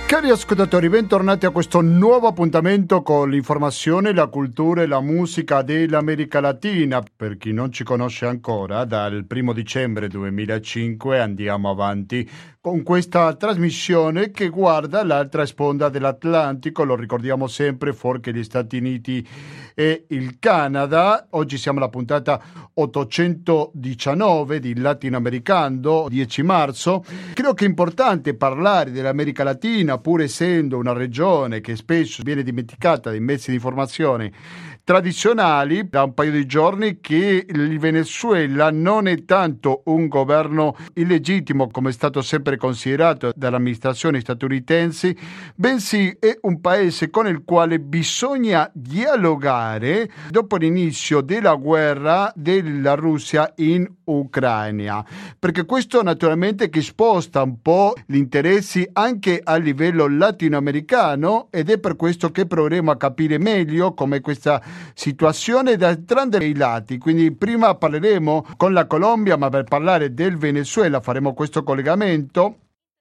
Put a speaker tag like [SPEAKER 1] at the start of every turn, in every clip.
[SPEAKER 1] Cari ascoltatori, bentornati a questo nuovo appuntamento con l'informazione, la cultura e la musica dell'America Latina. Per chi non ci conosce ancora, dal 1 dicembre 2005 andiamo avanti con questa trasmissione che guarda l'altra sponda dell'Atlantico, lo ricordiamo sempre, fuorché gli Stati Uniti e il Canada. Oggi siamo alla puntata 819 di Latinoamericano, 10 marzo. Credo che è importante parlare dell'America Latina, pur essendo una regione che spesso viene dimenticata dai mezzi di informazione tradizionali. Da un paio di giorni che il Venezuela non è tanto un governo illegittimo come è stato sempre considerato dall'amministrazione statunitense, bensì è un paese con il quale bisogna dialogare dopo l'inizio della guerra della Russia in Ucraina, perché questo naturalmente che sposta un po' gli interessi anche a livello latinoamericano, ed è per questo che proveremo a capire meglio come questa situazione da entrambi i lati. Quindi prima parleremo con la Colombia, ma per parlare del Venezuela faremo questo collegamento.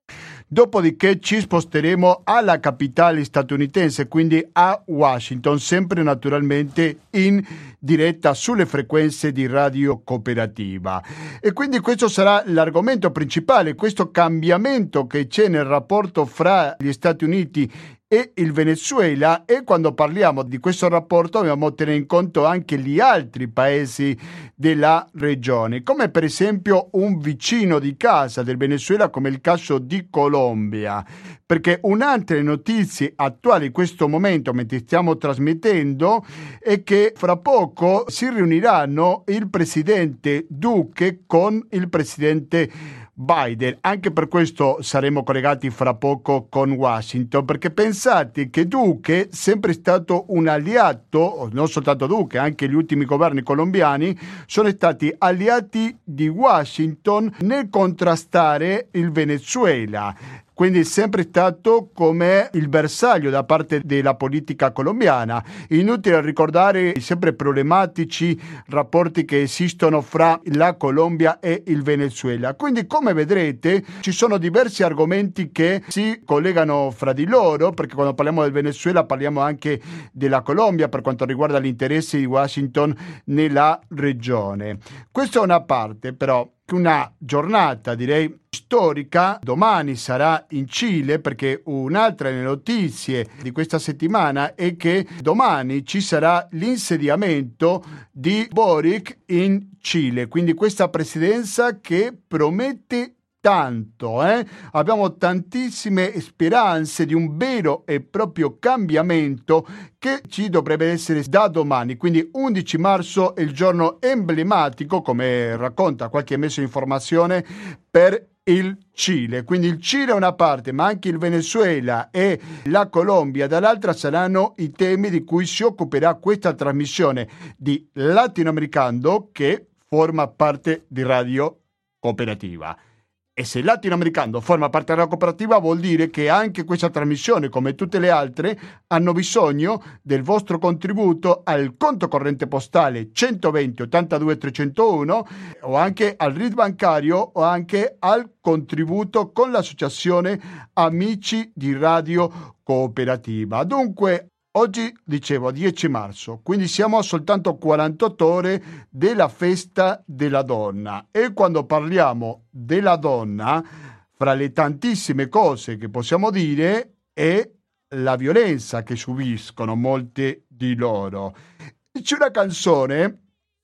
[SPEAKER 1] Dopodiché ci sposteremo alla capitale statunitense, quindi a Washington, sempre naturalmente in diretta sulle frequenze di Radio Cooperativa. E quindi questo sarà l'argomento principale, questo cambiamento che c'è nel rapporto fra gli Stati Uniti e il Venezuela, e quando parliamo di questo rapporto dobbiamo tenere in conto anche gli altri paesi della regione, come per esempio un vicino di casa del Venezuela come il caso di Colombia, perché un'altra notizia attuale in questo momento, mentre stiamo trasmettendo, è che fra poco si riuniranno il presidente Duque con il presidente Biden. Anche per questo saremo collegati fra poco con Washington, perché pensate che Duque è sempre stato un alleato, non soltanto Duque, anche gli ultimi governi colombiani sono stati alleati di Washington nel contrastare il Venezuela. Quindi è sempre stato come il bersaglio da parte della politica colombiana. Inutile ricordare i sempre problematici rapporti che esistono fra la Colombia e il Venezuela. Quindi, come vedrete, ci sono diversi argomenti che si collegano fra di loro, perché quando parliamo del Venezuela parliamo anche della Colombia per quanto riguarda gli interessi di Washington nella regione. Questa è una parte, però una giornata direi storica. Domani sarà in Cile, perché un'altra delle notizie di questa settimana è che domani ci sarà l'insediamento di Boric in Cile, quindi questa presidenza che promette tanto, abbiamo tantissime speranze di un vero e proprio cambiamento che ci dovrebbe essere da domani. Quindi 11 marzo è il giorno emblematico, come racconta qualche mezzo di informazione, per il Cile. Quindi il Cile è una parte, ma anche il Venezuela e la Colombia dall'altra saranno i temi di cui si occuperà questa trasmissione di Latinoamericano, che forma parte di Radio Cooperativa. E se Latinoamericano forma parte della cooperativa, vuol dire che anche questa trasmissione, come tutte le altre, hanno bisogno del vostro contributo al conto corrente postale 120 82 301 o anche al RID bancario o anche al contributo con l'associazione Amici di Radio Cooperativa. Dunque, oggi, dicevo, 10 marzo, quindi siamo a soltanto 48 ore della festa della donna. E quando parliamo della donna, fra le tantissime cose che possiamo dire è la violenza che subiscono molte di loro. C'è una canzone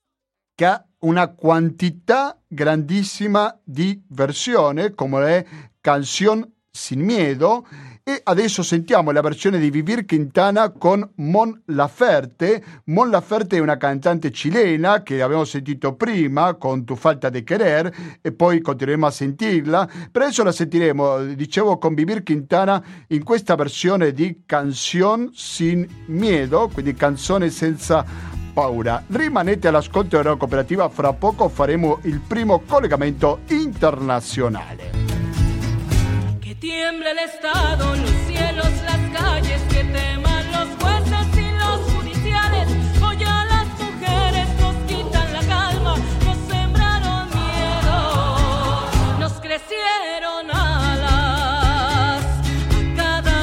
[SPEAKER 1] che ha una quantità grandissima di versioni, come è Canción Sin Miedo. E adesso sentiamo la versione di Vivir Quintana con Mon Laferte. Mon Laferte è una cantante cilena che abbiamo sentito prima con Tu Falta de Querer e poi continueremo a sentirla. Per adesso la sentiremo, dicevo, con Vivir Quintana in questa versione di Canción Sin Miedo, quindi canzone senza paura. Rimanete all'ascolto della Cooperativa, fra poco faremo il primo collegamento internazionale.
[SPEAKER 2] Tiembla el Estado, los cielos, las calles, que teman los jueces y los judiciales. Hoy a las mujeres nos quitan la calma, nos sembraron miedo, nos crecieron alas. A cada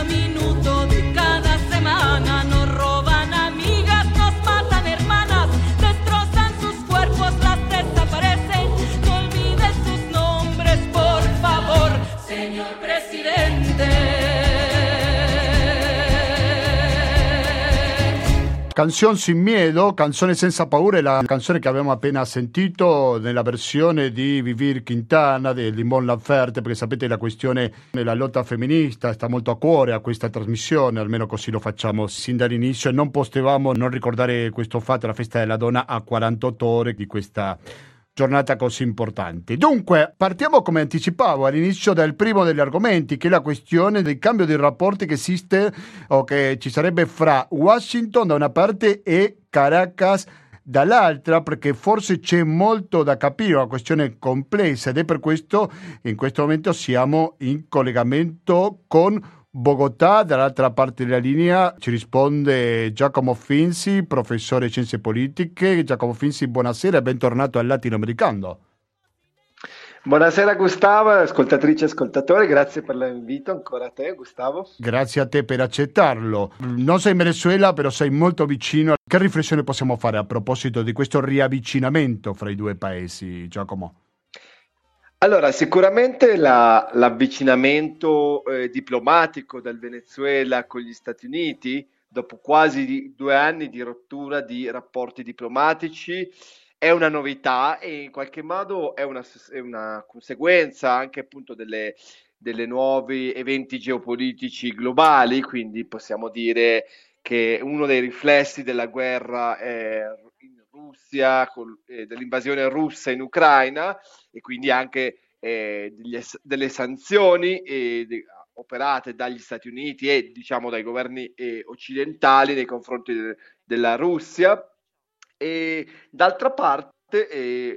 [SPEAKER 1] Canción sin miedo, Canzone senza paura, è la canzone che abbiamo appena sentito nella versione di Vivir Quintana, di Limón Laferte, perché sapete la questione della lotta femminista sta molto a cuore a questa trasmissione, almeno così lo facciamo sin dall'inizio, e non potevamo non ricordare questo fatto, la festa della donna a 48 ore di questa giornata così importante. Dunque, partiamo come anticipavo all'inizio dal primo degli argomenti, che è la questione del cambio di rapporti che esiste o che ci sarebbe fra Washington da una parte e Caracas dall'altra, perché forse c'è molto da capire, una questione complessa, ed è per questo che in questo momento siamo in collegamento con Bogotà. Dall'altra parte della linea ci risponde Giacomo Finzi, professore di scienze politiche. Giacomo Finzi, buonasera e bentornato al Latinoamericano.
[SPEAKER 3] Buonasera Gustavo, ascoltatrici e ascoltatori, grazie per l'invito ancora a te Gustavo.
[SPEAKER 1] Grazie a te per accettarlo. Non sei in Venezuela, però sei molto vicino. Che riflessione possiamo fare a proposito di questo riavvicinamento fra i due paesi, Giacomo?
[SPEAKER 3] Allora, sicuramente l'avvicinamento diplomatico del Venezuela con gli Stati Uniti, dopo quasi 2 anni di rottura di rapporti diplomatici, è una novità e in qualche modo è una conseguenza anche appunto delle nuovi eventi geopolitici globali, quindi possiamo dire che uno dei riflessi della guerra in Russia, dell'invasione russa in Ucraina, e quindi anche delle sanzioni operate dagli Stati Uniti e diciamo dai governi occidentali nei confronti della Russia, e d'altra parte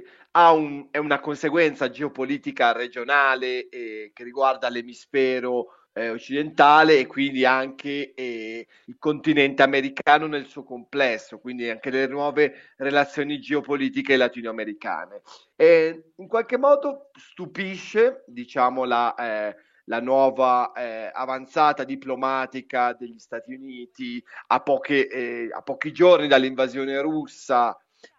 [SPEAKER 3] è una conseguenza geopolitica regionale che riguarda l'emisfero occidentale e quindi anche il continente americano nel suo complesso, quindi anche le nuove relazioni geopolitiche latinoamericane. In qualche modo stupisce, diciamo, la nuova avanzata diplomatica degli Stati Uniti a pochi giorni dall'invasione russa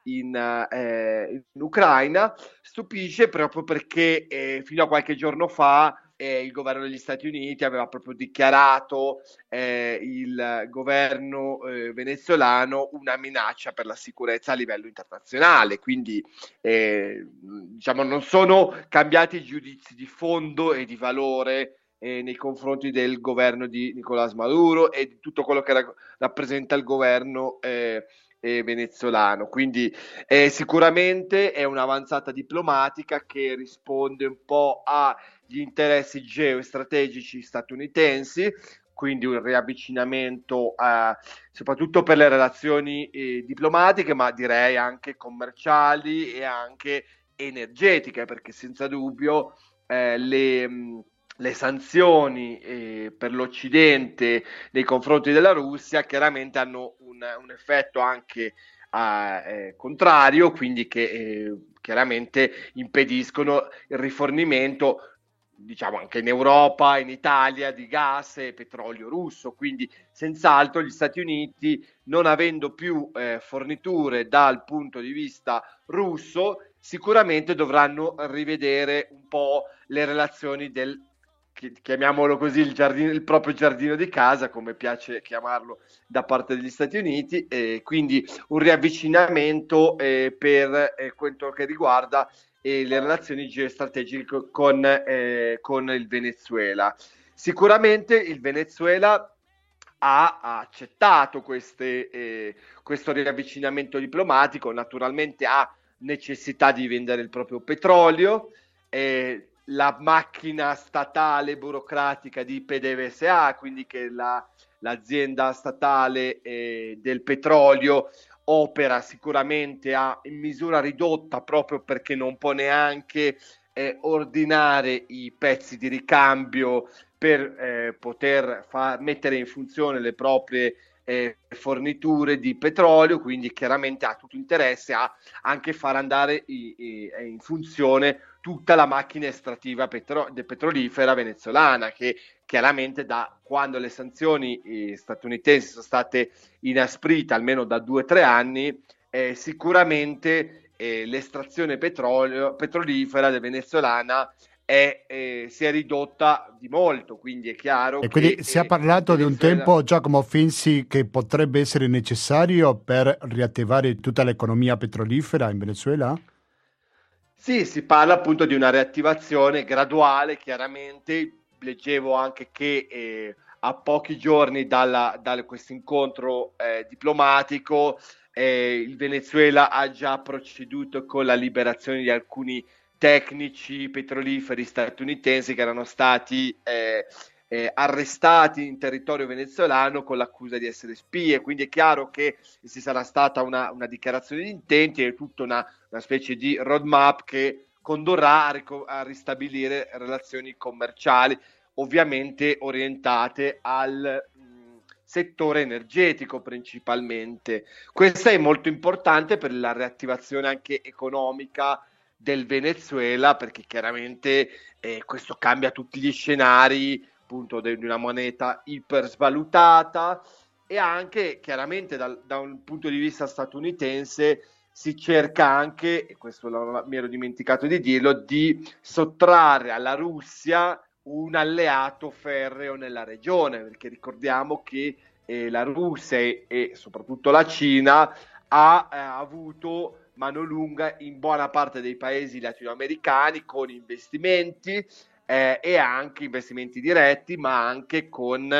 [SPEAKER 3] in Ucraina. Stupisce proprio perché fino a qualche giorno fa il governo degli Stati Uniti aveva proprio dichiarato il governo venezuelano una minaccia per la sicurezza a livello internazionale, quindi diciamo non sono cambiati i giudizi di fondo e di valore nei confronti del governo di Nicolás Maduro e di tutto quello che rappresenta il governo venezuelano. Quindi sicuramente è un'avanzata diplomatica che risponde un po' agli interessi geostrategici statunitensi, quindi un riavvicinamento soprattutto per le relazioni diplomatiche, ma direi anche commerciali e anche energetiche, perché senza dubbio le sanzioni per l'Occidente nei confronti della Russia chiaramente hanno un effetto anche contrario, quindi che chiaramente impediscono il rifornimento, diciamo anche in Europa, in Italia, di gas e petrolio russo. Quindi senz'altro gli Stati Uniti, non avendo più forniture dal punto di vista russo, sicuramente dovranno rivedere un po' le relazioni chiamiamolo così, il proprio giardino di casa, come piace chiamarlo da parte degli Stati Uniti, quindi un riavvicinamento per quello che riguarda le relazioni geostrategiche con il Venezuela. Sicuramente il Venezuela ha accettato questo riavvicinamento diplomatico, naturalmente ha necessità di vendere il proprio petrolio, la macchina statale burocratica di PDVSA, quindi che l'azienda statale del petrolio, opera sicuramente in misura ridotta proprio perché non può neanche ordinare i pezzi di ricambio per poter mettere in funzione le proprie forniture di petrolio, quindi chiaramente ha tutto interesse a anche far andare in funzione tutta la macchina estrattiva petrolifera venezuelana, che chiaramente da quando le sanzioni statunitensi sono state inasprite, almeno da 2 o 3 anni, sicuramente l'estrazione petrolifera venezuelana si è ridotta di molto, quindi è chiaro
[SPEAKER 1] E
[SPEAKER 3] che
[SPEAKER 1] quindi si è
[SPEAKER 3] il
[SPEAKER 1] parlato di un
[SPEAKER 3] Venezuela...
[SPEAKER 1] tempo, Giacomo Finzi, che potrebbe essere necessario per riattivare tutta l'economia petrolifera in Venezuela?
[SPEAKER 3] Sì, si parla appunto di una riattivazione graduale, chiaramente. Leggevo anche che a pochi giorni da questo incontro diplomatico il Venezuela ha già proceduto con la liberazione di alcuni tecnici petroliferi statunitensi che erano stati arrestati in territorio venezuelano con l'accusa di essere spie. Quindi è chiaro che ci sarà stata una dichiarazione di intenti e tutta una specie di roadmap che condurrà a ristabilire relazioni commerciali, ovviamente orientate al settore energetico principalmente. Questo è molto importante per la riattivazione anche economica del Venezuela, perché chiaramente questo cambia tutti gli scenari appunto di una moneta ipersvalutata, e anche chiaramente da un punto di vista statunitense si cerca anche, e questo mi ero dimenticato di dirlo, di sottrarre alla Russia un alleato ferreo nella regione, perché ricordiamo che la Russia e soprattutto la Cina ha avuto mano lunga in buona parte dei paesi latinoamericani con investimenti e anche investimenti diretti, ma anche con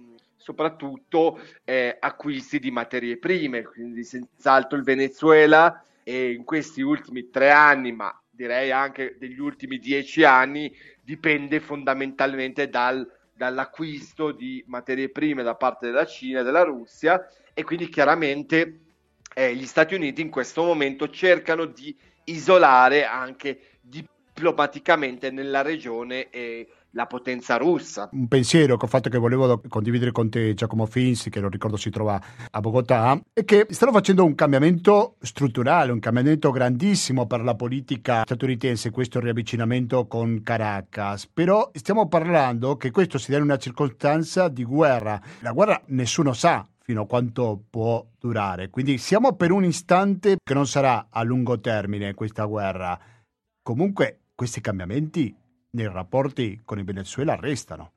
[SPEAKER 3] soprattutto acquisti di materie prime. Quindi senz'altro il Venezuela in questi ultimi 3 anni, ma direi anche degli ultimi 10 anni, dipende fondamentalmente dall'acquisto di materie prime da parte della Cina e della Russia, e quindi chiaramente gli Stati Uniti in questo momento cercano di isolare anche diplomaticamente nella regione la potenza russa.
[SPEAKER 1] Un pensiero che ho fatto, che volevo condividere con te, Giacomo Finzi, che lo ricordo si trova a Bogotà, è che stanno facendo un cambiamento strutturale, un cambiamento grandissimo per la politica statunitense, questo riavvicinamento con Caracas. Però stiamo parlando che questo si dà in una circostanza di guerra. La guerra nessuno sa fino a quanto può durare, quindi siamo per un istante che non sarà a lungo termine questa guerra. Comunque questi cambiamenti nei rapporti con il Venezuela restano.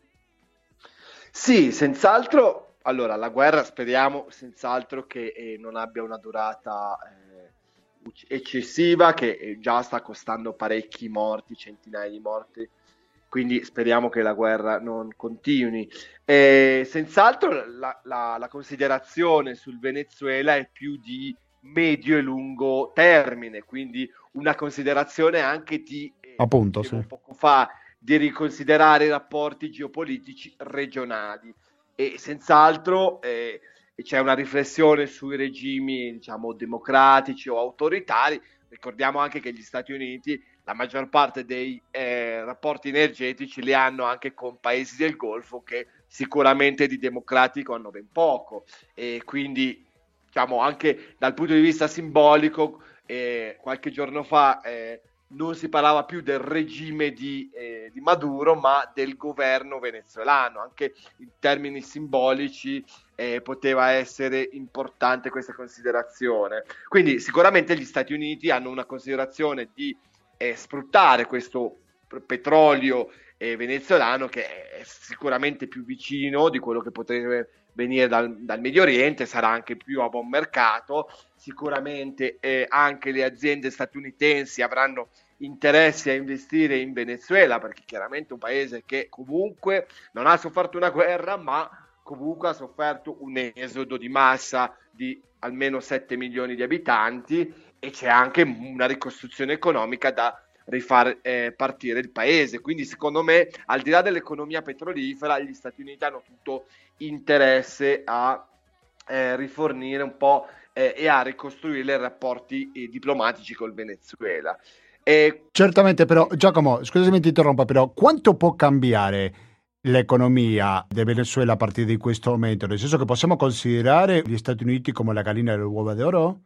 [SPEAKER 3] Sì, senz'altro. Allora, la guerra speriamo senz'altro che non abbia una durata eccessiva, che già sta costando parecchi morti, centinaia di morti, quindi speriamo che la guerra non continui. Senz'altro la considerazione sul Venezuela è più di medio e lungo termine, quindi una considerazione anche di, come
[SPEAKER 1] Appunto,
[SPEAKER 3] dicevo
[SPEAKER 1] sì.
[SPEAKER 3] poco fa, di riconsiderare i rapporti geopolitici regionali, e senz'altro c'è una riflessione sui regimi, diciamo, democratici o autoritari. Ricordiamo anche che gli Stati Uniti la maggior parte dei rapporti energetici li hanno anche con paesi del Golfo che sicuramente di democratico hanno ben poco, e quindi diciamo anche dal punto di vista simbolico qualche giorno fa non si parlava più del regime di Maduro, ma del governo venezuelano. Anche in termini simbolici poteva essere importante questa considerazione. Quindi sicuramente gli Stati Uniti hanno una considerazione di sfruttare questo petrolio venezuelano, che è sicuramente più vicino di quello che potrebbe venire dal Medio Oriente, sarà anche più a buon mercato. Sicuramente anche le aziende statunitensi avranno interesse a investire in Venezuela, perché chiaramente è un paese che comunque non ha sofferto una guerra, ma comunque ha sofferto un esodo di massa di almeno 7 milioni di abitanti, e c'è anche una ricostruzione economica da rifar partire il paese. Quindi secondo me, al di là dell'economia petrolifera, gli Stati Uniti hanno tutto interesse a rifornire un po' e a ricostruire i rapporti diplomatici col Venezuela.
[SPEAKER 1] Certamente, però, Giacomo, scusami ti interrompa, però, quanto può cambiare l'economia del Venezuela a partire di questo momento? Nel senso che possiamo considerare gli Stati Uniti come la gallina delle uova d'oro?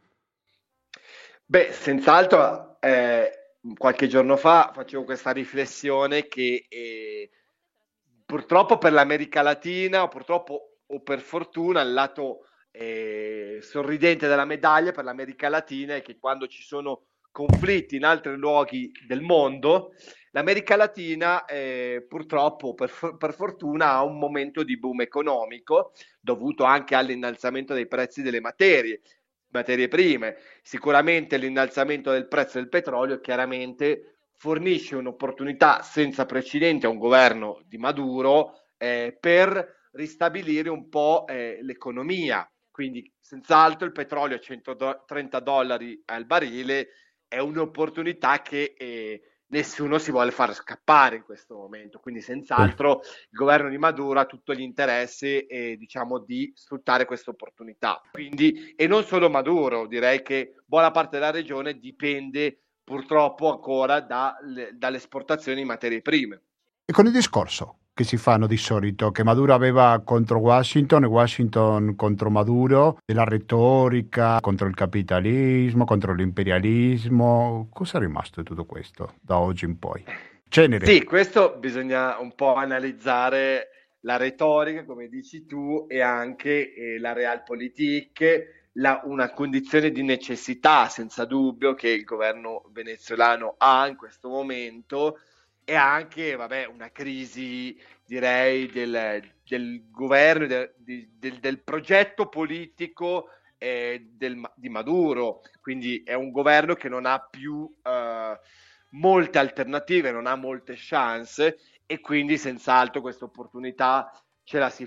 [SPEAKER 3] Beh, senz'altro, qualche giorno fa facevo questa riflessione che purtroppo per l'America Latina, o purtroppo o per fortuna, il lato sorridente della medaglia per l'America Latina è che quando ci sono conflitti in altri luoghi del mondo, l'America Latina purtroppo, per fortuna, ha un momento di boom economico dovuto anche all'innalzamento dei prezzi delle materie prime. Sicuramente l'innalzamento del prezzo del petrolio chiaramente fornisce un'opportunità senza precedenti a un governo di Maduro per ristabilire un po' l'economia. Quindi senz'altro il petrolio a $130 al barile è un'opportunità che nessuno si vuole far scappare in questo momento. Quindi senz'altro il governo di Maduro ha tutto l'interesse diciamo, di sfruttare questa opportunità. Quindi, e non solo Maduro, direi che buona parte della regione dipende purtroppo ancora dalle esportazioni di materie prime.
[SPEAKER 1] E con il discorso che si fanno di solito, che Maduro aveva contro Washington e Washington contro Maduro, della retorica contro il capitalismo, contro l'imperialismo, cosa è rimasto di tutto questo da oggi in poi? Cenere.
[SPEAKER 3] Sì, questo bisogna un po' analizzare la retorica, come dici tu, e anche la realpolitik, una condizione di necessità, senza dubbio, che il governo venezuelano ha in questo momento, e anche, vabbè, una crisi, direi, del governo, del progetto politico di Maduro. Quindi è un governo che non ha più molte alternative, non ha molte chance, e quindi senz'altro questa opportunità ce la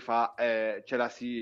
[SPEAKER 3] si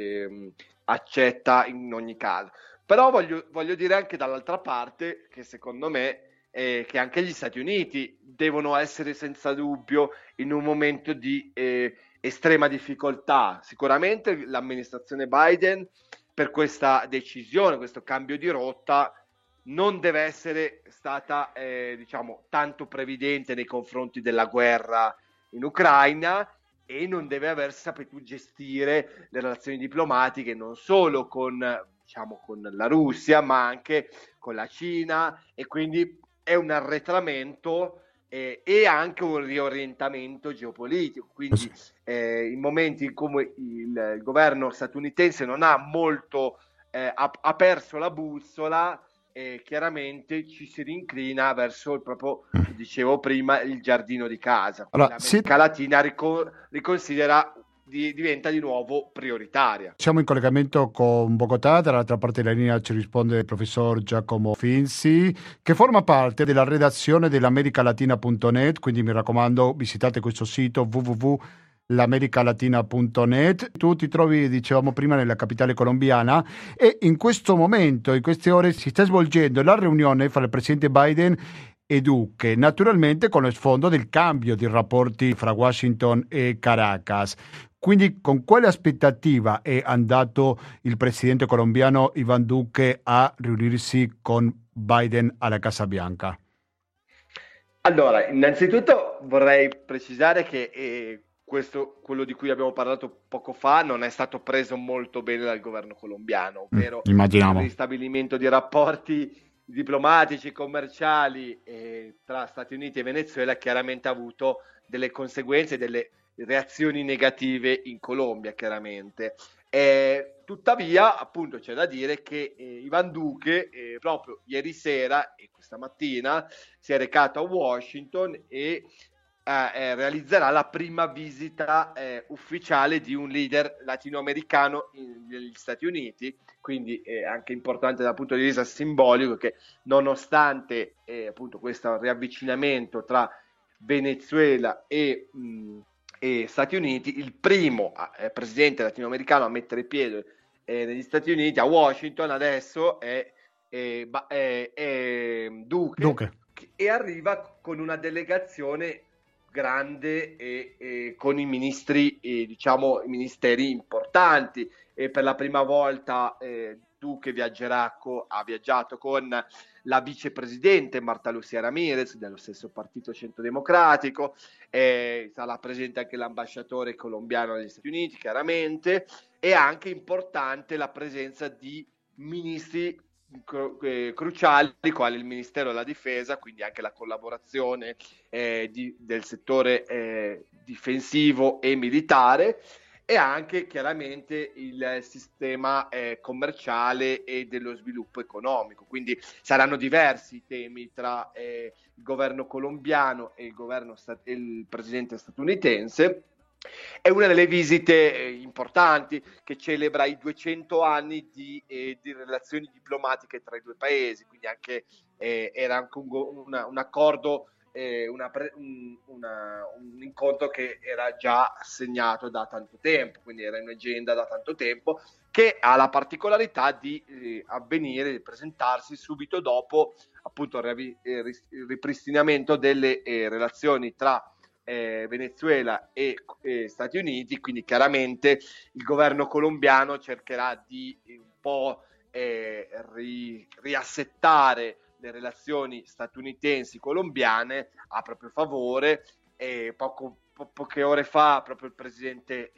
[SPEAKER 3] accetta in ogni caso. Però voglio dire anche dall'altra parte che secondo me che anche gli Stati Uniti devono essere senza dubbio in un momento di estrema difficoltà. Sicuramente l'amministrazione Biden per questa decisione, questo cambio di rotta, non deve essere stata diciamo tanto previdente nei confronti della guerra in Ucraina, e non deve aver saputo gestire le relazioni diplomatiche non solo con la Russia, ma anche con la Cina, e quindi è un arretramento e anche un riorientamento geopolitico. Quindi in momenti in cui il governo statunitense non ha molto ha perso la bussola, chiaramente ci si rinclina verso il proprio, dicevo prima, il giardino di casa.
[SPEAKER 1] Allora,
[SPEAKER 3] L'America Latina riconsidera diventa di nuovo prioritaria.
[SPEAKER 1] Siamo in collegamento con Bogotà, dall'altra parte della linea ci risponde il professor Giacomo Finzi, che forma parte della redazione dell'americalatina.net, quindi mi raccomando visitate questo sito www.l'americalatina.net. Tu ti trovi, dicevamo prima, nella capitale colombiana, e in questo momento, in queste ore, si sta svolgendo la riunione fra il presidente Biden e Duque, naturalmente con lo sfondo del cambio di rapporti fra Washington e Caracas. Quindi con quale aspettativa è andato il presidente colombiano Iván Duque a riunirsi con Biden alla Casa Bianca?
[SPEAKER 3] Allora, innanzitutto vorrei precisare che quello di cui abbiamo parlato poco fa non è stato preso molto bene dal governo colombiano, ovvero il ristabilimento di rapporti diplomatici e commerciali tra Stati Uniti e Venezuela chiaramente ha avuto delle conseguenze, delle reazioni negative in Colombia, chiaramente. Tuttavia, appunto, c'è da dire che Iván Duque proprio ieri sera e questa mattina si è recato a Washington e realizzerà la prima visita ufficiale di un leader latinoamericano negli Stati Uniti, quindi è anche importante dal punto di vista simbolico che nonostante appunto questo riavvicinamento tra Venezuela e Stati Uniti, il primo presidente latinoamericano a mettere piede negli Stati Uniti, a Washington, adesso è Duque, e arriva con una delegazione grande e con i ministri, diciamo i ministeri importanti, e per la prima volta Duque ha viaggiato con la vicepresidente Marta Lucía Ramírez dello stesso partito centrodemocratico, sarà presente anche l'ambasciatore colombiano negli Stati Uniti, chiaramente, e anche importante la presenza di ministri cruciali quali il Ministero della Difesa, quindi anche la collaborazione del settore difensivo e militare, e anche chiaramente il sistema commerciale e dello sviluppo economico. Quindi saranno diversi i temi tra il governo colombiano e il presidente statunitense. È una delle visite importanti che celebra i 200 anni di relazioni diplomatiche tra i due paesi, quindi anche, era anche un accordo, un incontro che era già segnato da tanto tempo, quindi era in agenda da tanto tempo, che ha la particolarità di avvenire, di presentarsi subito dopo appunto il ripristinamento delle relazioni tra Venezuela e Stati Uniti. Quindi chiaramente il governo colombiano cercherà di un po' riassettare le relazioni statunitensi-colombiane a proprio favore. Poche ore fa proprio il presidente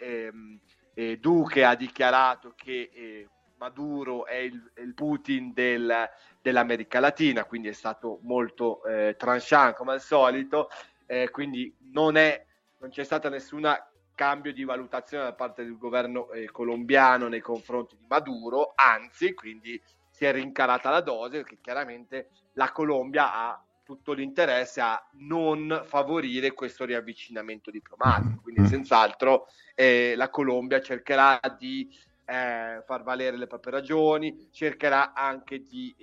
[SPEAKER 3] Duque ha dichiarato che Maduro è il Putin dell'America Latina, quindi è stato molto tranchant come al solito. Quindi non c'è stata nessuna cambio di valutazione da parte del governo colombiano nei confronti di Maduro, anzi, quindi si è rincarata la dose, perché chiaramente la Colombia ha tutto l'interesse a non favorire questo riavvicinamento diplomatico. Quindi senz'altro la Colombia cercherà di far valere le proprie ragioni, cercherà anche di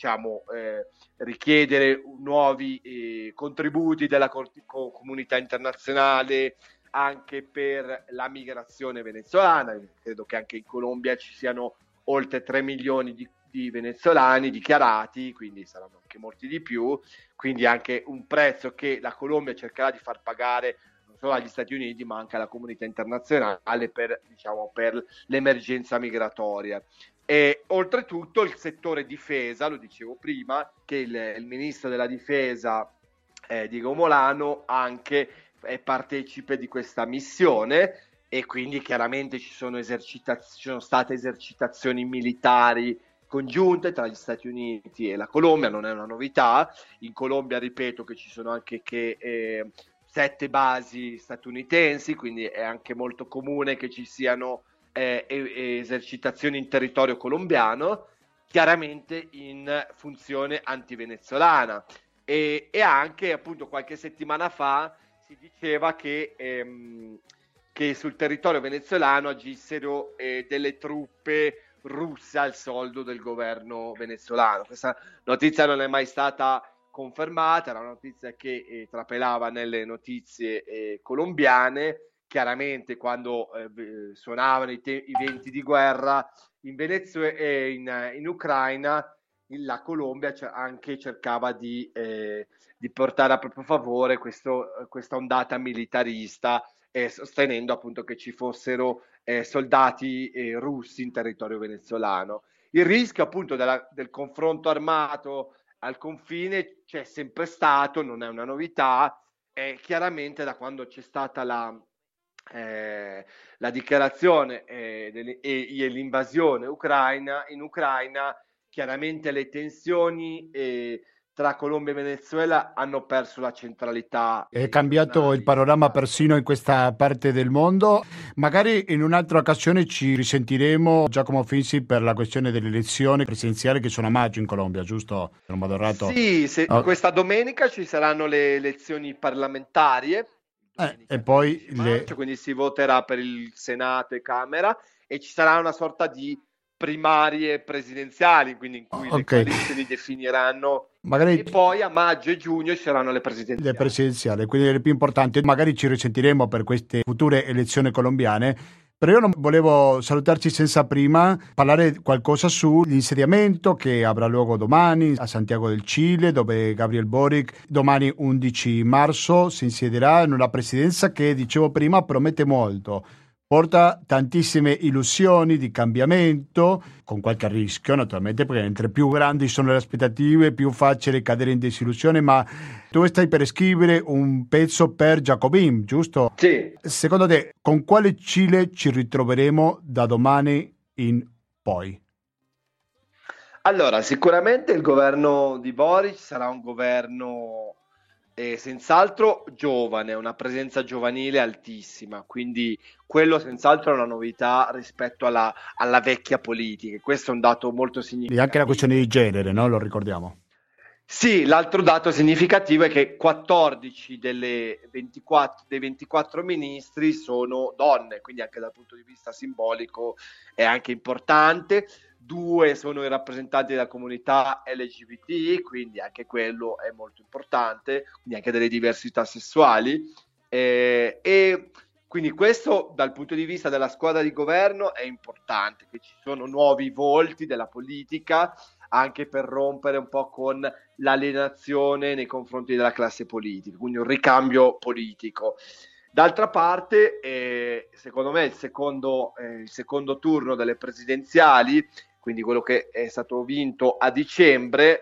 [SPEAKER 3] richiedere nuovi contributi della comunità internazionale anche per la migrazione venezuelana. Credo che anche in Colombia ci siano oltre 3 milioni di venezuelani dichiarati, quindi saranno anche molti di più, quindi anche un prezzo che la Colombia cercherà di far pagare non solo agli Stati Uniti ma anche alla comunità internazionale per l'emergenza migratoria. E oltretutto il settore difesa, lo dicevo prima, che il ministro della difesa Diego Molano anche è partecipe di questa missione, e quindi chiaramente ci sono state esercitazioni militari congiunte tra gli Stati Uniti e la Colombia. Non è una novità. In Colombia, ripeto, che ci sono anche 7 basi statunitensi, quindi è anche molto comune che ci siano esercitazioni in territorio colombiano, chiaramente in funzione antivenezuelana. E anche appunto qualche settimana fa si diceva che sul territorio venezuelano agissero delle truppe russe al soldo del governo venezuelano. Questa notizia non è mai stata confermata, era una notizia che trapelava nelle notizie colombiane. Chiaramente quando suonavano i venti di guerra in Venezuela e in Ucraina, la Colombia anche cercava di portare a proprio favore questa ondata militarista, sostenendo appunto che ci fossero soldati russi in territorio venezuelano. Il rischio appunto del confronto armato al confine c'è sempre stato, non è una novità. Chiaramente da quando c'è stata la dichiarazione e l'invasione in Ucraina, chiaramente le tensioni tra Colombia e Venezuela hanno perso la centralità.
[SPEAKER 1] È cambiato il panorama persino in questa parte del mondo. Magari in un'altra occasione ci risentiremo, Giacomo Finzi, per la questione delle elezioni presidenziali che sono a maggio in Colombia, giusto? Non vado errato.
[SPEAKER 3] Sì, questa domenica ci saranno le elezioni parlamentari.
[SPEAKER 1] E poi
[SPEAKER 3] quindi si voterà per il Senato e Camera, e ci sarà una sorta di primarie presidenziali, quindi in cui le coalizioni definiranno. E poi a maggio e giugno ci saranno le presidenziali.
[SPEAKER 1] Le presidenziali, quindi le più importanti. Magari ci risentiremo per queste future elezioni colombiane. Però io non volevo salutarci senza prima parlare qualcosa sull'insediamento che avrà luogo domani a Santiago del Cile, dove Gabriel Boric domani 11 marzo si insiederà in una presidenza che, dicevo prima, promette molto. Porta tantissime illusioni di cambiamento, con qualche rischio naturalmente, perché mentre più grandi sono le aspettative, più facile cadere in disillusione. Ma tu stai per scrivere un pezzo per Jacobin, giusto?
[SPEAKER 3] Sì.
[SPEAKER 1] Secondo te, con quale Cile ci ritroveremo da domani in poi?
[SPEAKER 3] Allora, sicuramente il governo di Boric sarà un governo è senz'altro giovane, una presenza giovanile altissima, quindi quello senz'altro è una novità rispetto alla vecchia politica. Questo è un dato molto
[SPEAKER 1] E anche la questione
[SPEAKER 3] significativo.
[SPEAKER 1] di genere, no? Lo ricordiamo.
[SPEAKER 3] Sì, l'altro dato significativo è che 14 dei 24 ministri sono donne, quindi anche dal punto di vista simbolico è anche importante. Due sono i rappresentanti della comunità LGBT, quindi anche quello è molto importante, quindi anche delle diversità sessuali. E quindi questo dal punto di vista della squadra di governo è importante, che ci sono nuovi volti della politica anche per rompere un po' con l'alienazione nei confronti della classe politica, quindi un ricambio politico. D'altra parte, secondo me, il secondo turno delle presidenziali, quindi quello che è stato vinto a dicembre,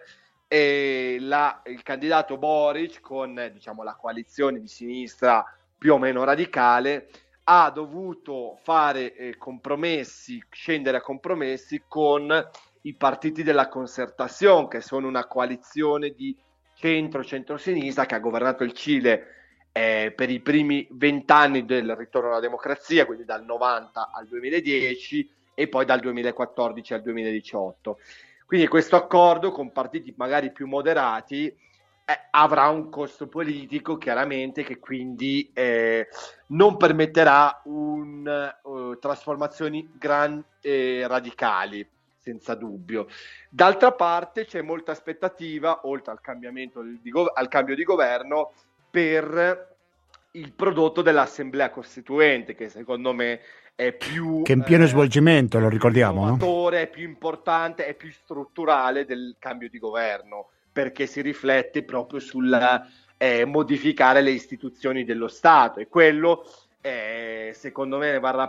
[SPEAKER 3] il candidato Boric, con diciamo, la coalizione di sinistra più o meno radicale, ha dovuto fare compromessi, scendere a compromessi con i partiti della Concertación, che sono una coalizione di centro-centrosinistra che ha governato il Cile per i primi 20 anni del ritorno alla democrazia, quindi dal 90 al 2010 e poi dal 2014 al 2018. Quindi questo accordo con partiti magari più moderati avrà un costo politico chiaramente che quindi non permetterà trasformazioni radicali, senza dubbio. D'altra parte c'è molta aspettativa, oltre al al cambio di governo, per il prodotto dell'Assemblea Costituente, che secondo me è più
[SPEAKER 1] Che è in pieno svolgimento, lo ricordiamo, no?
[SPEAKER 3] innovatore, è più importante, è più strutturale del cambio di governo, perché si riflette proprio sul modificare le istituzioni dello Stato, e quello secondo me varrà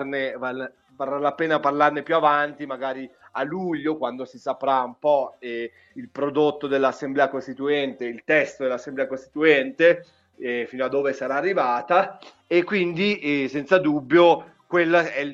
[SPEAKER 3] la pena parlarne più avanti, magari a luglio, quando si saprà un po' il prodotto dell'Assemblea Costituente, il testo dell'Assemblea Costituente, fino a dove sarà arrivata, e quindi senza dubbio quella è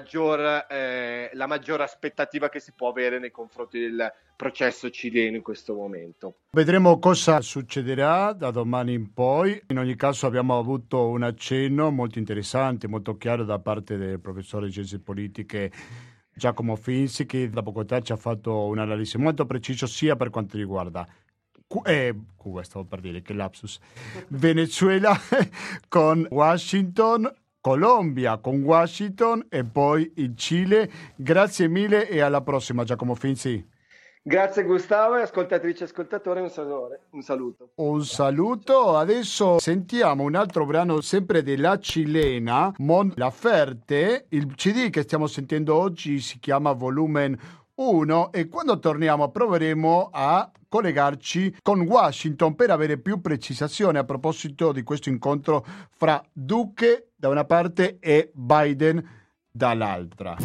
[SPEAKER 3] la maggior aspettativa che si può avere nei confronti del processo cileno in questo momento.
[SPEAKER 1] Vedremo cosa succederà da domani in poi. In ogni caso abbiamo avuto un accenno molto interessante, molto chiaro da parte del professore di Scienze Politiche Giacomo Finzi, che da Bogotà ci ha fatto un'analisi molto precisa sia per quanto riguarda Cuba, stavo per dire, che lapsus, Venezuela con Washington, Colombia con Washington e poi il Cile. Grazie mille e alla prossima, Giacomo Finzi.
[SPEAKER 3] Grazie Gustavo, e ascoltatrici e ascoltatori un saluto.
[SPEAKER 1] Un saluto. Adesso sentiamo un altro brano sempre della cilena, Mon Laferte. Il CD che stiamo sentendo oggi si chiama Volumen 1 e quando torniamo proveremo a collegarci con Washington per avere più precisazione a proposito di questo incontro fra Duque da una parte e Biden dall'altra.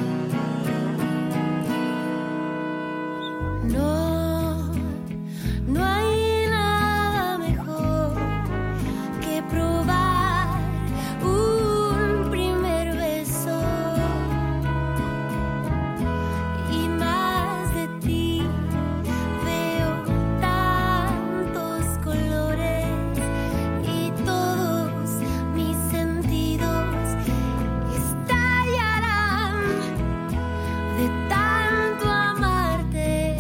[SPEAKER 4] No, no hay nada mejor que probar un primer beso y más de ti veo tantos colores y todos mis sentidos estallarán de tanto amarte.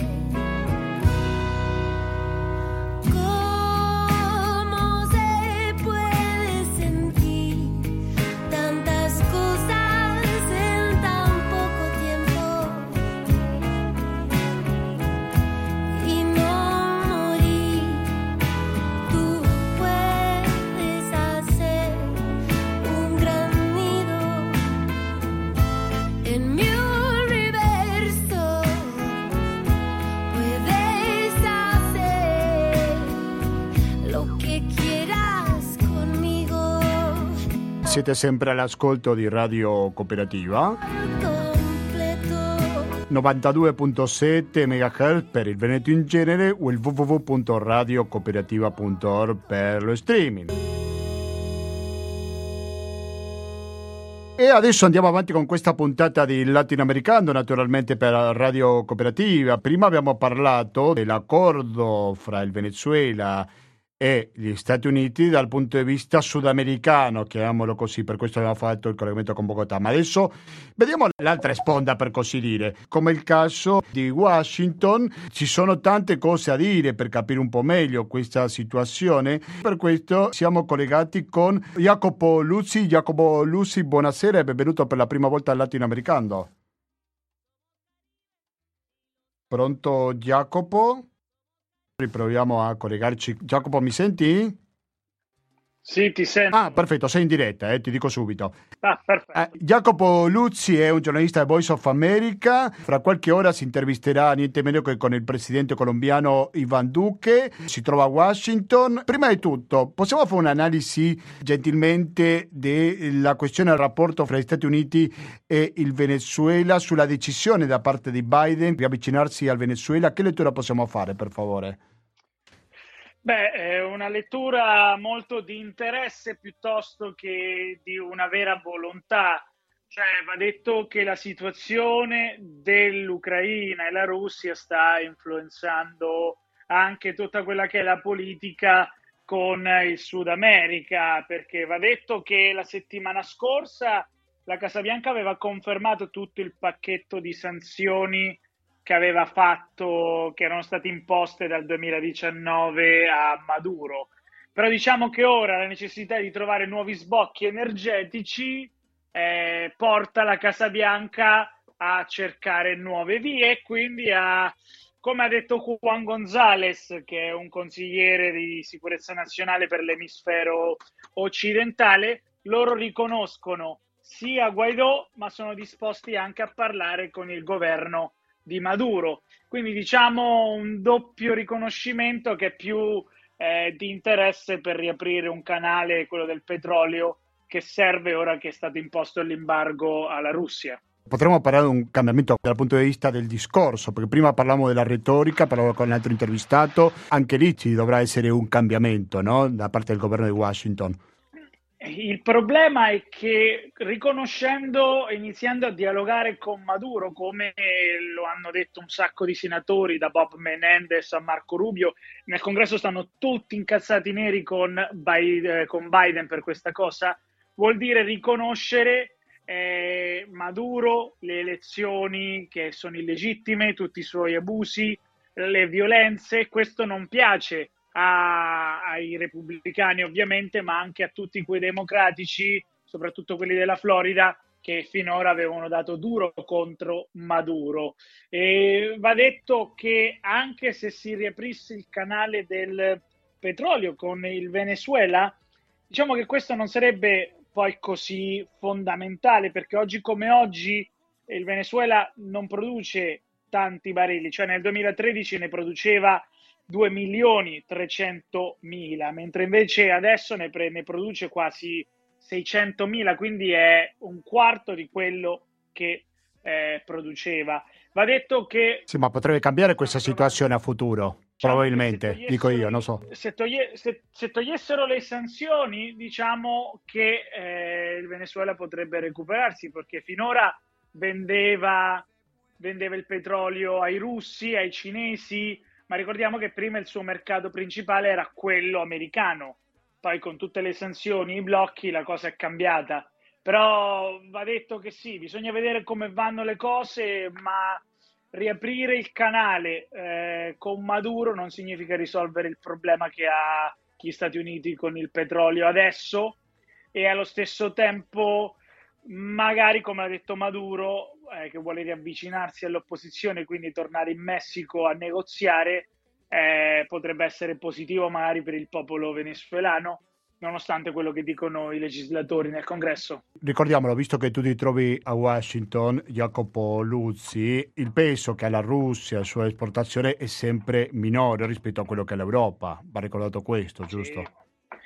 [SPEAKER 4] ¿Cómo se puede sentir tantas cosas en tan poco tiempo y no morir? Tú puedes hacer un gran nido en mi universo. Puedes hacer lo che quieras conmigo.
[SPEAKER 1] Siete sempre all'ascolto di Radio Cooperativa,
[SPEAKER 4] Completo.
[SPEAKER 1] 92.7 MHz per il Veneto in genere o il www.radiocooperativa.org per lo streaming. E adesso andiamo avanti con questa puntata di Latinoamericano, naturalmente per Radio Cooperativa. Prima abbiamo parlato dell'accordo fra il Venezuela e gli Stati Uniti dal punto di vista sudamericano, chiamiamolo così, per questo abbiamo fatto il collegamento con Bogotà. Ma adesso vediamo l'altra sponda, per così dire, come il caso di Washington. Ci sono tante cose a dire per capire un po' meglio questa situazione, per questo siamo collegati con Jacopo Luzzi. Jacopo Luzzi, buonasera e benvenuto per la prima volta al Latinoamericano. Pronto Jacopo? Riproviamo a collegarci. Jacopo, mi senti?
[SPEAKER 5] Sì, ti sento.
[SPEAKER 1] Ah, perfetto, sei in diretta, ti dico subito.
[SPEAKER 5] Perfetto.
[SPEAKER 1] Jacopo Luzzi è un giornalista di Voice of America. Fra qualche ora si intervisterà niente meno che con il presidente colombiano Iván Duque. Si trova a Washington. Prima di tutto, possiamo fare un'analisi gentilmente della questione del rapporto fra gli Stati Uniti e il Venezuela, sulla decisione da parte di Biden di avvicinarsi al Venezuela? Che lettura possiamo fare, per favore?
[SPEAKER 5] Beh, è una lettura molto di interesse piuttosto che di una vera volontà. Cioè, va detto che la situazione dell'Ucraina e la Russia sta influenzando anche tutta quella che è la politica con il Sud America, perché va detto che la settimana scorsa la Casa Bianca aveva confermato tutto il pacchetto di sanzioni che aveva fatto, che erano state imposte dal 2019 a Maduro. Però diciamo che ora la necessità di trovare nuovi sbocchi energetici porta la Casa Bianca a cercare nuove vie e quindi a, come ha detto Juan González, che è un consigliere di sicurezza nazionale per l'emisfero occidentale, loro riconoscono sia Guaidó, ma sono disposti anche a parlare con il governo di Maduro. Quindi diciamo un doppio riconoscimento che è più di interesse per riaprire un canale, quello del petrolio, che serve ora che è stato imposto l'embargo alla Russia.
[SPEAKER 1] Potremmo parlare di un cambiamento dal punto di vista del discorso, perché prima parlavamo della retorica, parlavo con un altro intervistato, anche lì ci dovrà essere un cambiamento, no? Da parte del governo di Washington.
[SPEAKER 5] Il problema è che riconoscendo e iniziando a dialogare con Maduro, come lo hanno detto un sacco di senatori, da Bob Menendez a Marco Rubio, nel congresso stanno tutti incazzati neri con Biden per questa cosa, vuol dire riconoscere Maduro, le elezioni che sono illegittime, tutti i suoi abusi, le violenze. Questo non piace ai repubblicani ovviamente, ma anche a tutti quei democratici, soprattutto quelli della Florida, che finora avevano dato duro contro Maduro. E va detto che anche se si riaprisse il canale del petrolio con il Venezuela, diciamo che questo non sarebbe poi così fondamentale, perché oggi come oggi il Venezuela non produce tanti barili, cioè nel 2013 ne produceva 2.300.000, mentre invece adesso ne produce quasi 600.000, quindi è un quarto di quello che produceva. Va detto che...
[SPEAKER 1] Sì, ma potrebbe cambiare questa situazione a futuro, probabilmente, dico io, non so.
[SPEAKER 5] Se togliessero le sanzioni, diciamo che il Venezuela potrebbe recuperarsi, perché finora vendeva il petrolio ai russi, ai cinesi, ma ricordiamo che prima il suo mercato principale era quello americano. Poi con tutte le sanzioni, i blocchi, la cosa è cambiata. Però va detto che sì, bisogna vedere come vanno le cose, ma riaprire il canale con Maduro non significa risolvere il problema che ha gli Stati Uniti con il petrolio adesso, e allo stesso tempo magari, come ha detto Maduro, che vuole riavvicinarsi all'opposizione, quindi tornare in Messico a negoziare, potrebbe essere positivo magari per il popolo venezuelano, nonostante quello che dicono i legislatori nel congresso.
[SPEAKER 1] Ricordiamolo, visto che tu ti trovi a Washington, Jacopo Luzzi, il peso che ha la Russia, la sua esportazione è sempre minore rispetto a quello che ha l'Europa. Va ricordato questo, giusto?
[SPEAKER 5] Sì.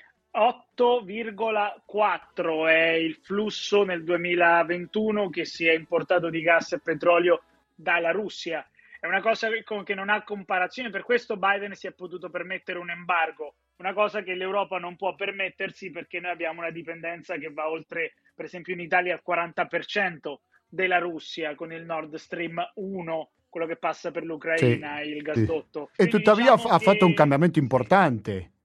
[SPEAKER 5] 8,4 è il flusso nel 2021 che si è importato di gas e petrolio dalla Russia. È una cosa che non ha comparazione, per questo Biden si è potuto permettere un embargo, una cosa che l'Europa non può permettersi, perché noi abbiamo una dipendenza che va oltre, per esempio in Italia, al 40% della Russia con il Nord Stream 1, quello che passa per l'Ucraina,
[SPEAKER 1] Sì,
[SPEAKER 5] il gasdotto.
[SPEAKER 1] sì. E tuttavia
[SPEAKER 5] diciamo
[SPEAKER 1] ha fatto un cambiamento importante.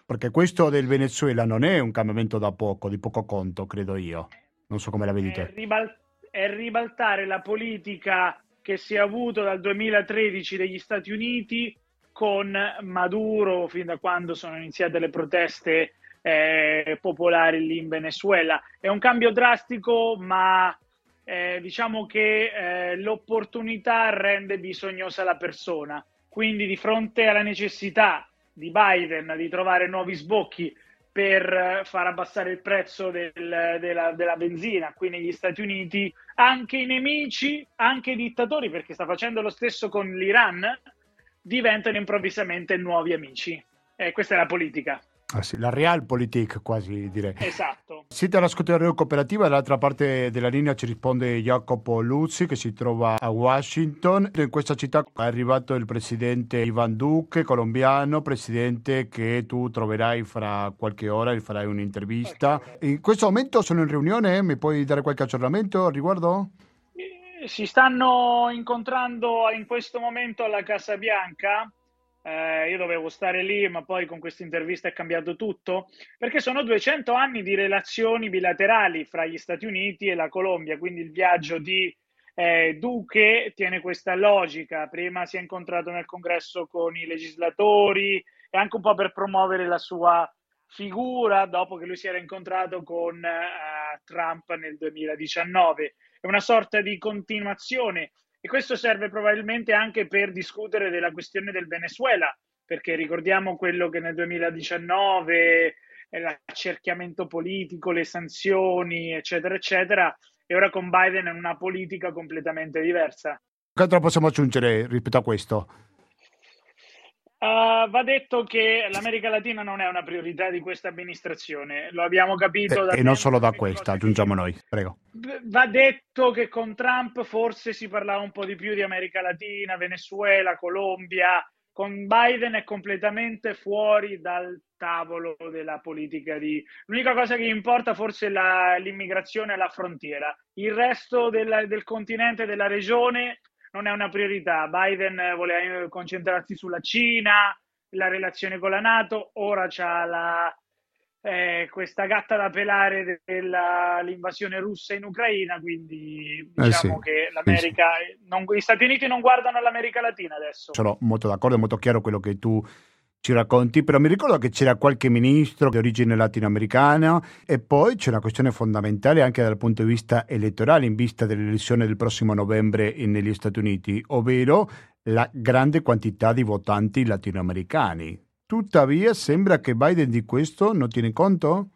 [SPEAKER 1] Perché questo del Venezuela non è un cambiamento da poco, di poco conto, credo io. Non so come la vedi
[SPEAKER 5] È,
[SPEAKER 1] te.
[SPEAKER 5] è ribaltare la politica che si è avuto dal 2013 degli Stati Uniti con Maduro, fin da quando sono iniziate le proteste popolari lì in Venezuela. È un cambio drastico, ma diciamo che l'opportunità rende bisognosa la persona. Quindi di fronte alla necessità di Biden di trovare nuovi sbocchi per far abbassare il prezzo della benzina qui negli Stati Uniti, anche i nemici, anche i dittatori, perché sta facendo lo stesso con l'Iran, diventano improvvisamente nuovi amici. Questa è la politica.
[SPEAKER 1] Ah, sì, la realpolitik quasi direi.
[SPEAKER 5] Esatto.
[SPEAKER 1] Siete all'ascolto di Radio Cooperativa, dall'altra parte della linea ci risponde Jacopo Luzzi che si trova a Washington. In questa città è arrivato il presidente Ivan Duque, colombiano, presidente che tu troverai fra qualche ora e farai un'intervista. In questo momento sono in riunione, mi puoi dare qualche aggiornamento al riguardo?
[SPEAKER 5] Si stanno incontrando in questo momento alla Casa Bianca. Io dovevo stare lì, ma poi con questa intervista è cambiato tutto, perché sono 200 anni di relazioni bilaterali fra gli Stati Uniti e la Colombia, quindi il viaggio di Duque tiene questa logica. Prima si è incontrato nel congresso con i legislatori e anche un po' per promuovere la sua figura dopo che lui si era incontrato con Trump nel 2019. È una sorta di continuazione. E questo serve probabilmente anche per discutere della questione del Venezuela, perché ricordiamo quello che nel 2019 l'accerchiamento politico, le sanzioni, eccetera, eccetera, e ora con Biden è una politica completamente diversa.
[SPEAKER 1] Che altro possiamo aggiungere rispetto a questo?
[SPEAKER 5] Va detto che l'America Latina non è una priorità di questa amministrazione, lo abbiamo capito da
[SPEAKER 1] E non
[SPEAKER 5] tempo.
[SPEAKER 1] solo da
[SPEAKER 5] L'unica
[SPEAKER 1] questa,
[SPEAKER 5] cosa che
[SPEAKER 1] aggiungiamo noi, prego.
[SPEAKER 5] Va detto che con Trump forse si parlava un po' di più di America Latina, Venezuela, Colombia. Con Biden è completamente fuori dal tavolo della politica L'unica cosa che gli importa forse è l'immigrazione alla frontiera. Il resto del continente, della regione, non è una priorità. Biden voleva concentrarsi sulla Cina, la relazione con la NATO, ora c'ha questa gatta da pelare dell'invasione russa in Ucraina, quindi diciamo
[SPEAKER 1] Sì,
[SPEAKER 5] che
[SPEAKER 1] sì.
[SPEAKER 5] gli Stati Uniti non guardano l'America Latina adesso.
[SPEAKER 1] Sono molto d'accordo, è molto chiaro quello che tu ci racconti, però mi ricordo che c'era qualche ministro di origine latinoamericana e poi c'è una questione fondamentale anche dal punto di vista elettorale in vista dell'elezione del prossimo novembre negli Stati Uniti, ovvero la grande quantità di votanti latinoamericani. Tuttavia sembra che Biden di questo non tiene conto?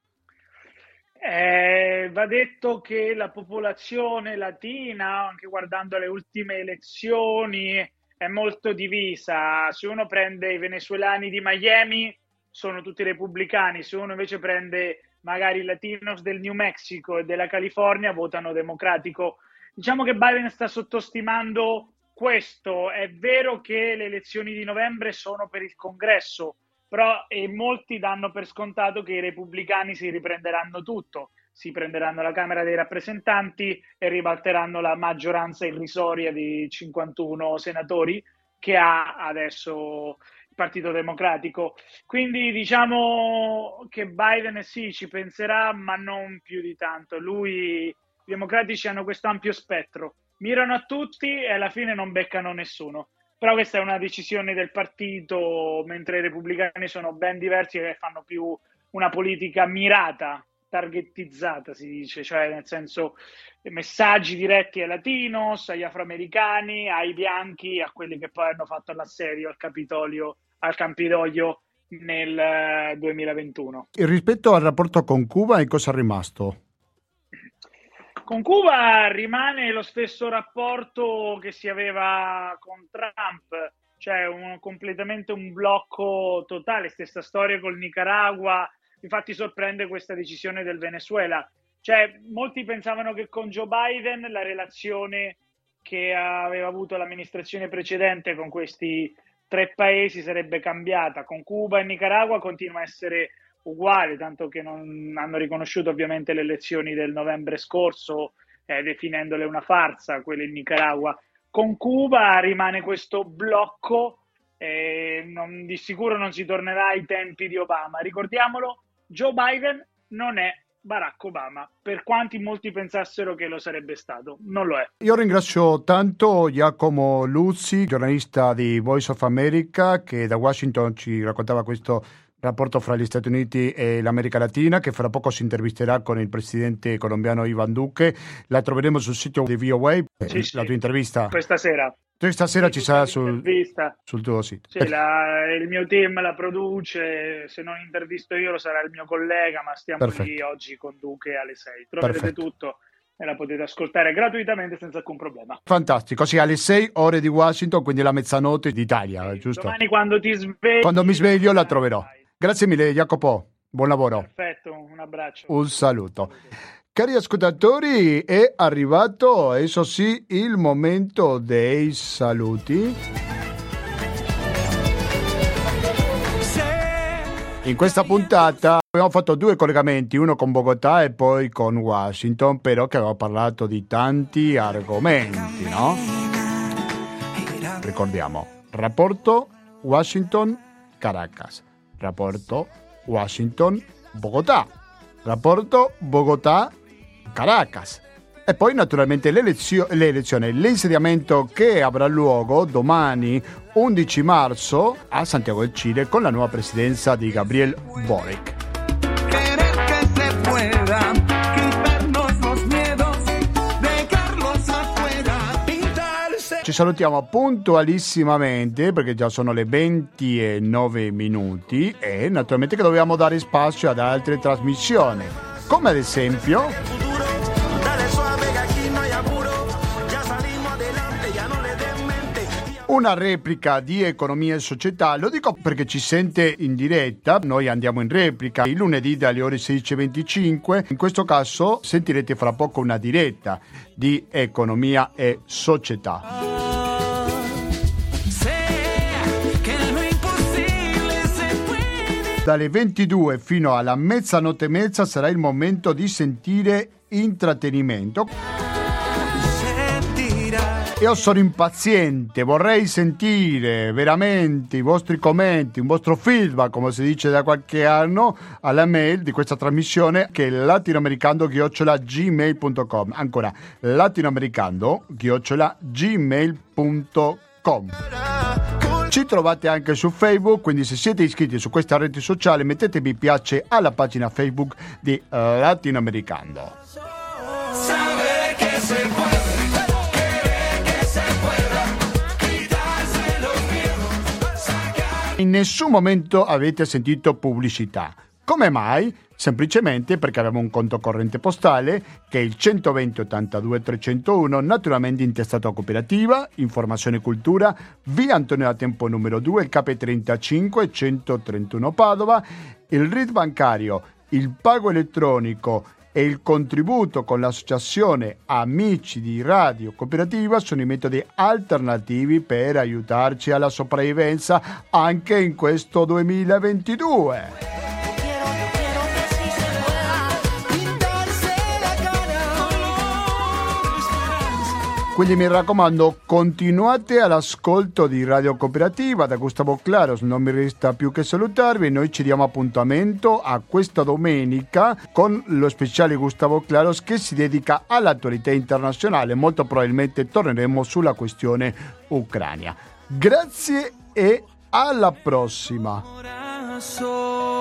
[SPEAKER 5] Va detto che la popolazione latina, anche guardando le ultime elezioni, è molto divisa. Se uno prende i venezuelani di Miami, sono tutti repubblicani. Se uno invece prende magari i latinos del New Mexico e della California, votano democratico. Diciamo che Biden sta sottostimando questo. È vero che le elezioni di novembre sono per il congresso, però molti danno per scontato che i repubblicani si riprenderanno tutto, si prenderanno la Camera dei rappresentanti e ribalteranno la maggioranza irrisoria di 51 senatori che ha adesso il Partito Democratico. Quindi diciamo che Biden sì, ci penserà, ma non più di tanto. I democratici hanno questo ampio spettro, mirano a tutti e alla fine non beccano nessuno. Però questa è una decisione del partito, mentre i repubblicani sono ben diversi e fanno più una politica mirata, targetizzata si dice, cioè nel senso messaggi diretti ai latinos, agli afroamericani, ai bianchi, a quelli che poi hanno fatto l'assedio al Campidoglio nel 2021.
[SPEAKER 1] E rispetto al rapporto con Cuba, in cosa è rimasto?
[SPEAKER 5] Con Cuba rimane lo stesso rapporto che si aveva con Trump, cioè completamente un blocco totale, stessa storia col Nicaragua. Infatti sorprende questa decisione del Venezuela. Cioè, molti pensavano che con Joe Biden la relazione che aveva avuto l'amministrazione precedente con questi tre paesi sarebbe cambiata. Con Cuba e Nicaragua continua a essere uguale, tanto che non hanno riconosciuto ovviamente le elezioni del novembre scorso, definendole una farsa, quelle in Nicaragua. Con Cuba rimane questo blocco Di sicuro non si tornerà ai tempi di Obama. Ricordiamolo, Joe Biden non è Barack Obama, per quanti molti pensassero che lo sarebbe stato, non lo è.
[SPEAKER 1] Io ringrazio tanto Giacomo Luzzi, giornalista di Voice of America, che da Washington ci raccontava questo rapporto fra gli Stati Uniti e l'America Latina, che fra poco si intervisterà con il presidente colombiano Iván Duque. La troveremo sul sito di VOA,
[SPEAKER 5] Sì,
[SPEAKER 1] la tua intervista.
[SPEAKER 5] Questa sera.
[SPEAKER 1] Stasera ci sarà sul tuo sito.
[SPEAKER 5] Sì, il mio team la produce, se non intervisto io lo sarà il mio collega, ma stiamo lì oggi con Duque alle 6. Troverete tutto e la potete ascoltare gratuitamente senza alcun problema.
[SPEAKER 1] Fantastico, sì, alle 6 ore di Washington, quindi la mezzanotte d'Italia,
[SPEAKER 5] Sì,
[SPEAKER 1] giusto?
[SPEAKER 5] Domani quando ti svegli...
[SPEAKER 1] Quando mi sveglio la troverò. Grazie mille Jacopo, buon lavoro.
[SPEAKER 5] Perfetto, un abbraccio.
[SPEAKER 1] Un saluto. Cari ascoltatori, è arrivato, adesso sì, il momento dei saluti. In questa puntata abbiamo fatto 2 collegamenti, uno con Bogotà e poi con Washington, però che avevamo parlato di tanti argomenti, no? Ricordiamo, rapporto Washington-Caracas, rapporto Washington-Bogotà, rapporto Bogotà-Caracas. E poi naturalmente l'insediamento che avrà luogo domani 11 marzo a Santiago del Cile con la nuova presidenza di Gabriel Boric. Ci salutiamo puntualissimamente perché già sono le 20:09 e naturalmente che dobbiamo dare spazio ad altre trasmissioni, come ad esempio una replica di Economia e Società. Lo dico perché ci sente in diretta, noi andiamo in replica il lunedì dalle ore 16:25. In questo caso sentirete fra poco una diretta di Economia e Società. Dalle 22 fino alla mezzanotte e mezza sarà il momento di sentire intrattenimento. Io sono impaziente, vorrei sentire veramente i vostri commenti, un vostro feedback, come si dice da qualche anno, alla mail di questa trasmissione che è latinoamericando@gmail.com. Ancora, latinoamericando@gmail.com. Ci trovate anche su Facebook, quindi se siete iscritti su questa rete sociale mettete mi piace alla pagina Facebook di Latinoamericando. In nessun momento avete sentito pubblicità. Come mai? Semplicemente perché avevamo un conto corrente postale che è il 120 82 301, naturalmente intestato a Cooperativa, Informazione e Cultura, via Antonio da Tempo numero 2, il KP35 131 Padova, il RID bancario, il pago elettronico e il contributo con l'associazione Amici di Radio Cooperativa sono i metodi alternativi per aiutarci alla sopravvivenza anche in questo 2022. Quindi mi raccomando, continuate all'ascolto di Radio Cooperativa. Da Gustavo Claros non mi resta più che salutarvi. Noi ci diamo appuntamento a questa domenica con lo speciale Gustavo Claros che si dedica all'attualità internazionale. Molto probabilmente torneremo sulla questione Ucraina. Grazie e alla prossima.